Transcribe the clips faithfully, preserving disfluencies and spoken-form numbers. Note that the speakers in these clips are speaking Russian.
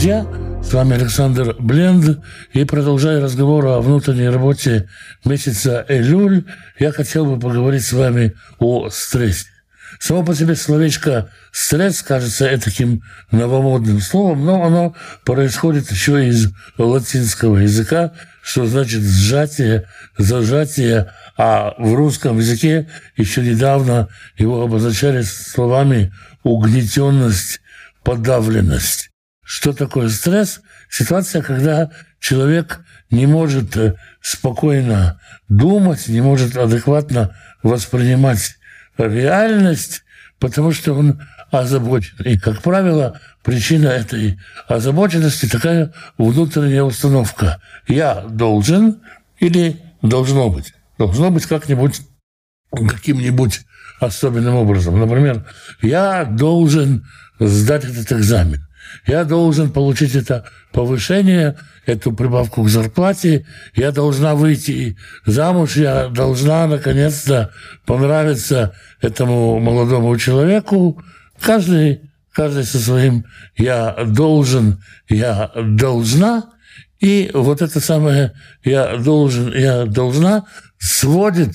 друзья, с вами Александр Бленд, и продолжая разговор о внутренней работе месяца Элюль, я хотел бы поговорить с вами о стрессе. Само по себе словечко «стресс» кажется таким новомодным словом, но оно происходит еще из латинского языка, что значит «сжатие», «зажатие», а в русском языке еще недавно его обозначали словами «угнетенность», «подавленность». Что такое стресс? Ситуация, когда человек не может спокойно думать, не может адекватно воспринимать реальность, потому что он озабочен. И, как правило, причина этой озабоченности такая внутренняя установка. Я должен или должно быть. Должно быть как-нибудь, каким-нибудь особенным образом. Например, я должен сдать этот экзамен. Я должен получить это повышение, эту прибавку к зарплате, я должна выйти замуж, я должна, наконец-то, понравиться этому молодому человеку. Каждый, каждый со своим «я должен», «я должна», и вот это самое «я должен», «я должна» сводит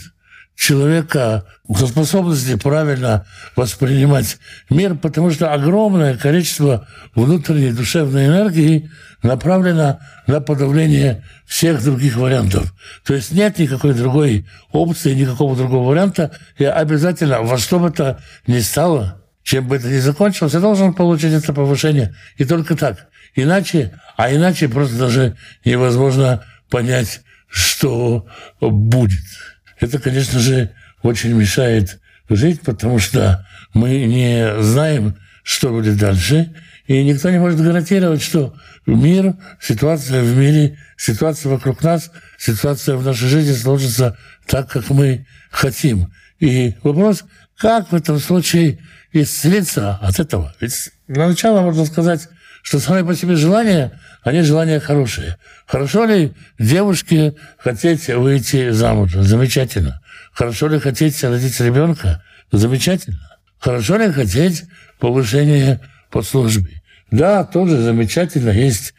человека со способностью правильно воспринимать мир, потому что огромное количество внутренней душевной энергии направлено на подавление всех других вариантов. То есть нет никакой другой опции, никакого другого варианта. Я обязательно, во что бы это ни стало, чем бы это ни закончилось, я должен получить это повышение. И только так. Иначе, а иначе просто даже невозможно понять, что будет. Это, конечно же, очень мешает жить, потому что мы не знаем, что будет дальше, и никто не может гарантировать, что мир, ситуация в мире, ситуация вокруг нас, ситуация в нашей жизни сложится так, как мы хотим. И вопрос, как в этом случае исцелиться от этого? Ведь для начала можно сказать, что сами по себе желания, они желания хорошие. Хорошо ли девушке хотеть выйти замуж? Замечательно. Хорошо ли хотеть родить ребенка? Замечательно. Хорошо ли хотеть повышения по службе? Да, тоже замечательно. Есть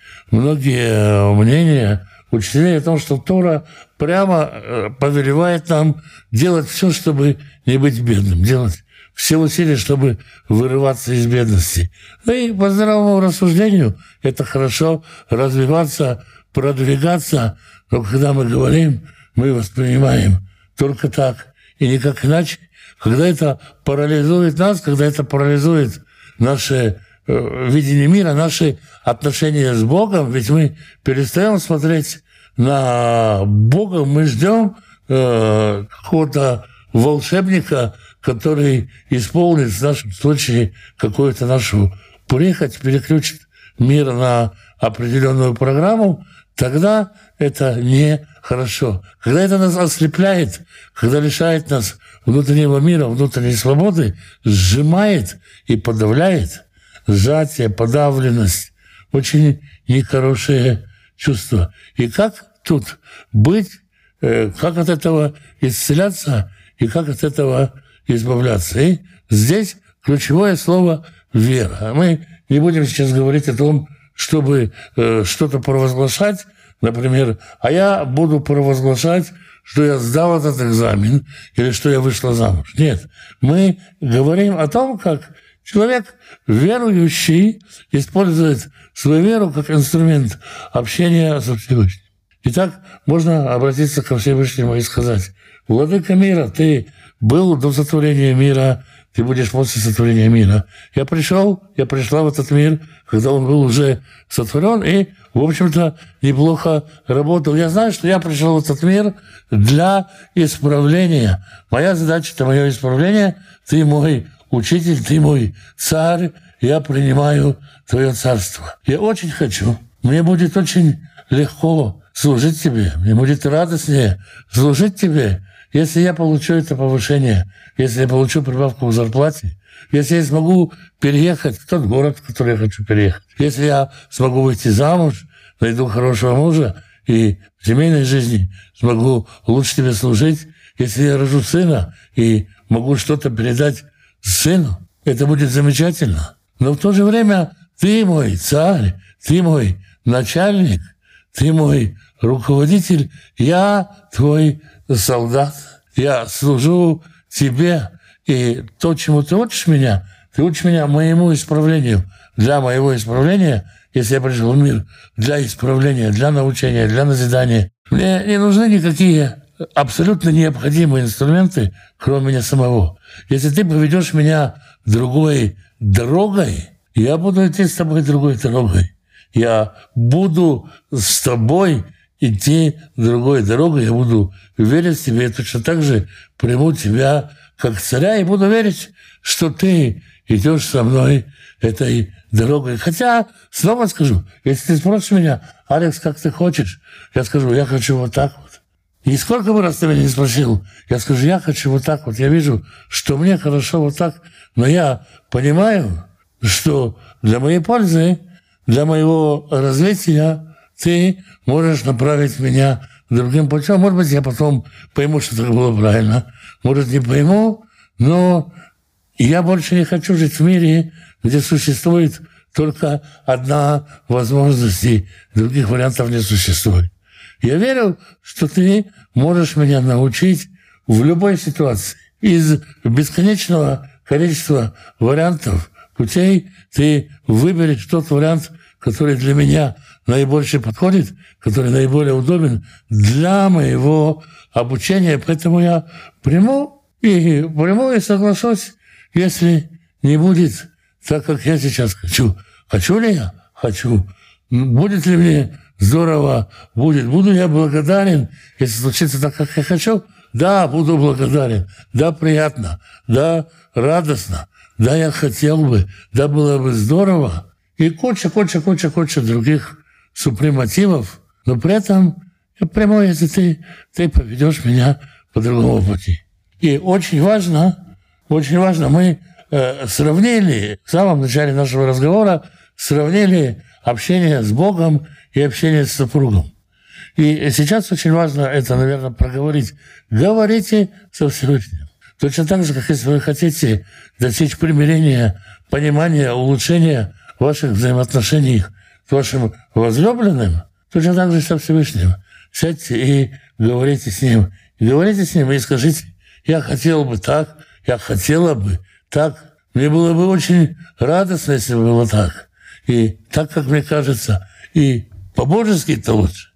многие мнения учителей о том, что Тора прямо повелевает нам делать все, чтобы не быть бедным, делать все усилия, чтобы вырываться из бедности. Ну и по здравому рассуждению это хорошо развиваться, продвигаться, но когда мы говорим, мы воспринимаем только так и никак иначе. Когда это парализует нас, когда это парализует наше э, видение мира, наши отношения с Богом, ведь мы перестаем смотреть на Бога, мы ждем э, какого-то волшебника, который исполнит в нашем случае какую-то нашу прихоть, переключит мир на определенную программу, тогда это нехорошо. Когда это нас ослепляет, когда лишает нас внутреннего мира, внутренней свободы, сжимает и подавляет, сжатие, подавленность, очень нехорошее чувство. И как тут быть, как от этого исцеляться и как от этого избавляться. И здесь ключевое слово «вера». Мы не будем сейчас говорить о том, чтобы э, что-то провозглашать, например, а я буду провозглашать, что я сдал этот экзамен или что я вышла замуж. Нет, мы говорим о том, как человек верующий использует свою веру как инструмент общения со Всевышним. Итак, можно обратиться ко Всевышнему и сказать: «Владыка мира, ты был до сотворения мира, ты будешь после сотворения мира. Я пришел, я пришла в этот мир, когда он был уже сотворен, и, в общем-то, неплохо работал. Я знаю, что я пришел в этот мир для исправления. Моя задача – это мое исправление. Ты мой учитель, ты мой царь, я принимаю твое царство. Я очень хочу, мне будет очень легко служить тебе, мне будет радостнее служить тебе, если я получу это повышение, если я получу прибавку к зарплате, если я смогу переехать в тот город, в который я хочу переехать, если я смогу выйти замуж, найду хорошего мужа и в семейной жизни смогу лучше тебе служить, если я рожу сына и могу что-то передать сыну, это будет замечательно. Но в то же время ты мой царь, Ты мой начальник, ты мой руководитель, я твой солдат. Я служу тебе, и то, чему ты учишь меня, ты учишь меня моему исправлению. Для моего исправления, если я пришел в мир, для исправления, для научения, для назидания. Мне не нужны никакие абсолютно необходимые инструменты, кроме меня самого. Если ты поведешь меня другой дорогой, я буду идти с тобой другой дорогой. Я буду с тобой идти другой дорогой, я буду верить в тебя, и точно так же приму тебя как царя, и буду верить, что ты идешь со мной этой дорогой. Хотя, снова скажу, если ты спросишь меня, Алекс, как ты хочешь, я скажу, я хочу вот так вот. И сколько бы раз ты меня не спросил, я скажу, я хочу вот так вот. Я вижу, что мне хорошо вот так, но я понимаю, что для моей пользы, для моего развития ты можешь направить меня другим путем. Может быть, я потом пойму, что так было правильно. Может, не пойму, но я больше не хочу жить в мире, где существует только одна возможность, и других вариантов не существует. Я верю, что ты можешь меня научить в любой ситуации. Из бесконечного количества вариантов, путей, ты выберешь тот вариант, который для меня наибольше подходит, который наиболее удобен для моего обучения. Поэтому я приму и приму и соглашусь, если не будет так, как я сейчас хочу. Хочу ли я? Хочу. Будет ли мне здорово? Будет. Буду я благодарен, если случится так, как я хочу? Да, буду благодарен. Да, приятно. Да, радостно. Да, я хотел бы. Да, было бы здорово. И куча, куча, куча, куча других супремативов. Но при этом я приму, если ты, ты поведешь меня по другому пути. И очень важно, очень важно, мы э, сравнили, в самом начале нашего разговора, сравнили общение с Богом и общение с супругом. И сейчас очень важно это, наверное, проговорить. Говорите со Всевышним. Точно так же, как если вы хотите достичь примирения, понимания, улучшения ваших взаимоотношений с вашим возлюбленным, точно так же со Всевышним. Сядьте и говорите с ним. И говорите с ним и скажите, я хотел бы так, я хотела бы так. Мне было бы очень радостно, если бы было так. И так, как мне кажется, и по-божески-то лучше.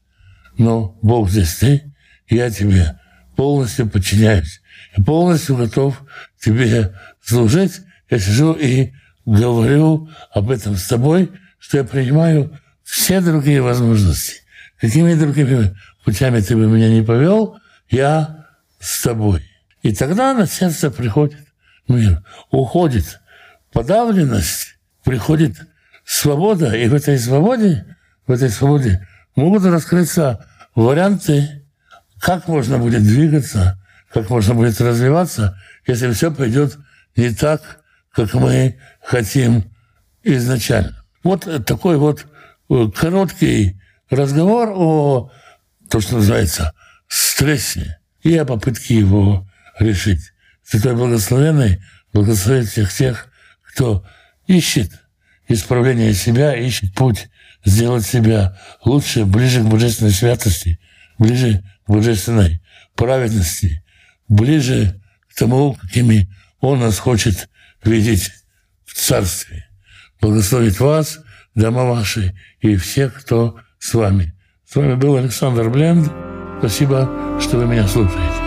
Но Бог здесь ты, и я тебе полностью подчиняюсь. И полностью готов тебе служить. Я сижу и говорю об этом с тобой, что я принимаю все другие возможности. Какими другими путями ты бы меня не повел, я с тобой. И тогда на сердце приходит мир, уходит подавленность, приходит свобода, и в этой свободе, в этой свободе могут раскрыться варианты, как можно будет двигаться, как можно будет развиваться, если все пойдет не так, как мы хотим изначально. Вот такой вот короткий разговор о том, что называется стрессе, и о попытке его решить. Святой Благословенный благословит всех тех, кто ищет исправление себя, ищет путь сделать себя лучше, ближе к божественной святости, ближе к божественной праведности, ближе к тому, какими Он нас хочет видеть в Царстве. Благословит вас, дома ваши и всех, кто с вами. С вами был Александр Бленд. Спасибо, что вы меня слушаете.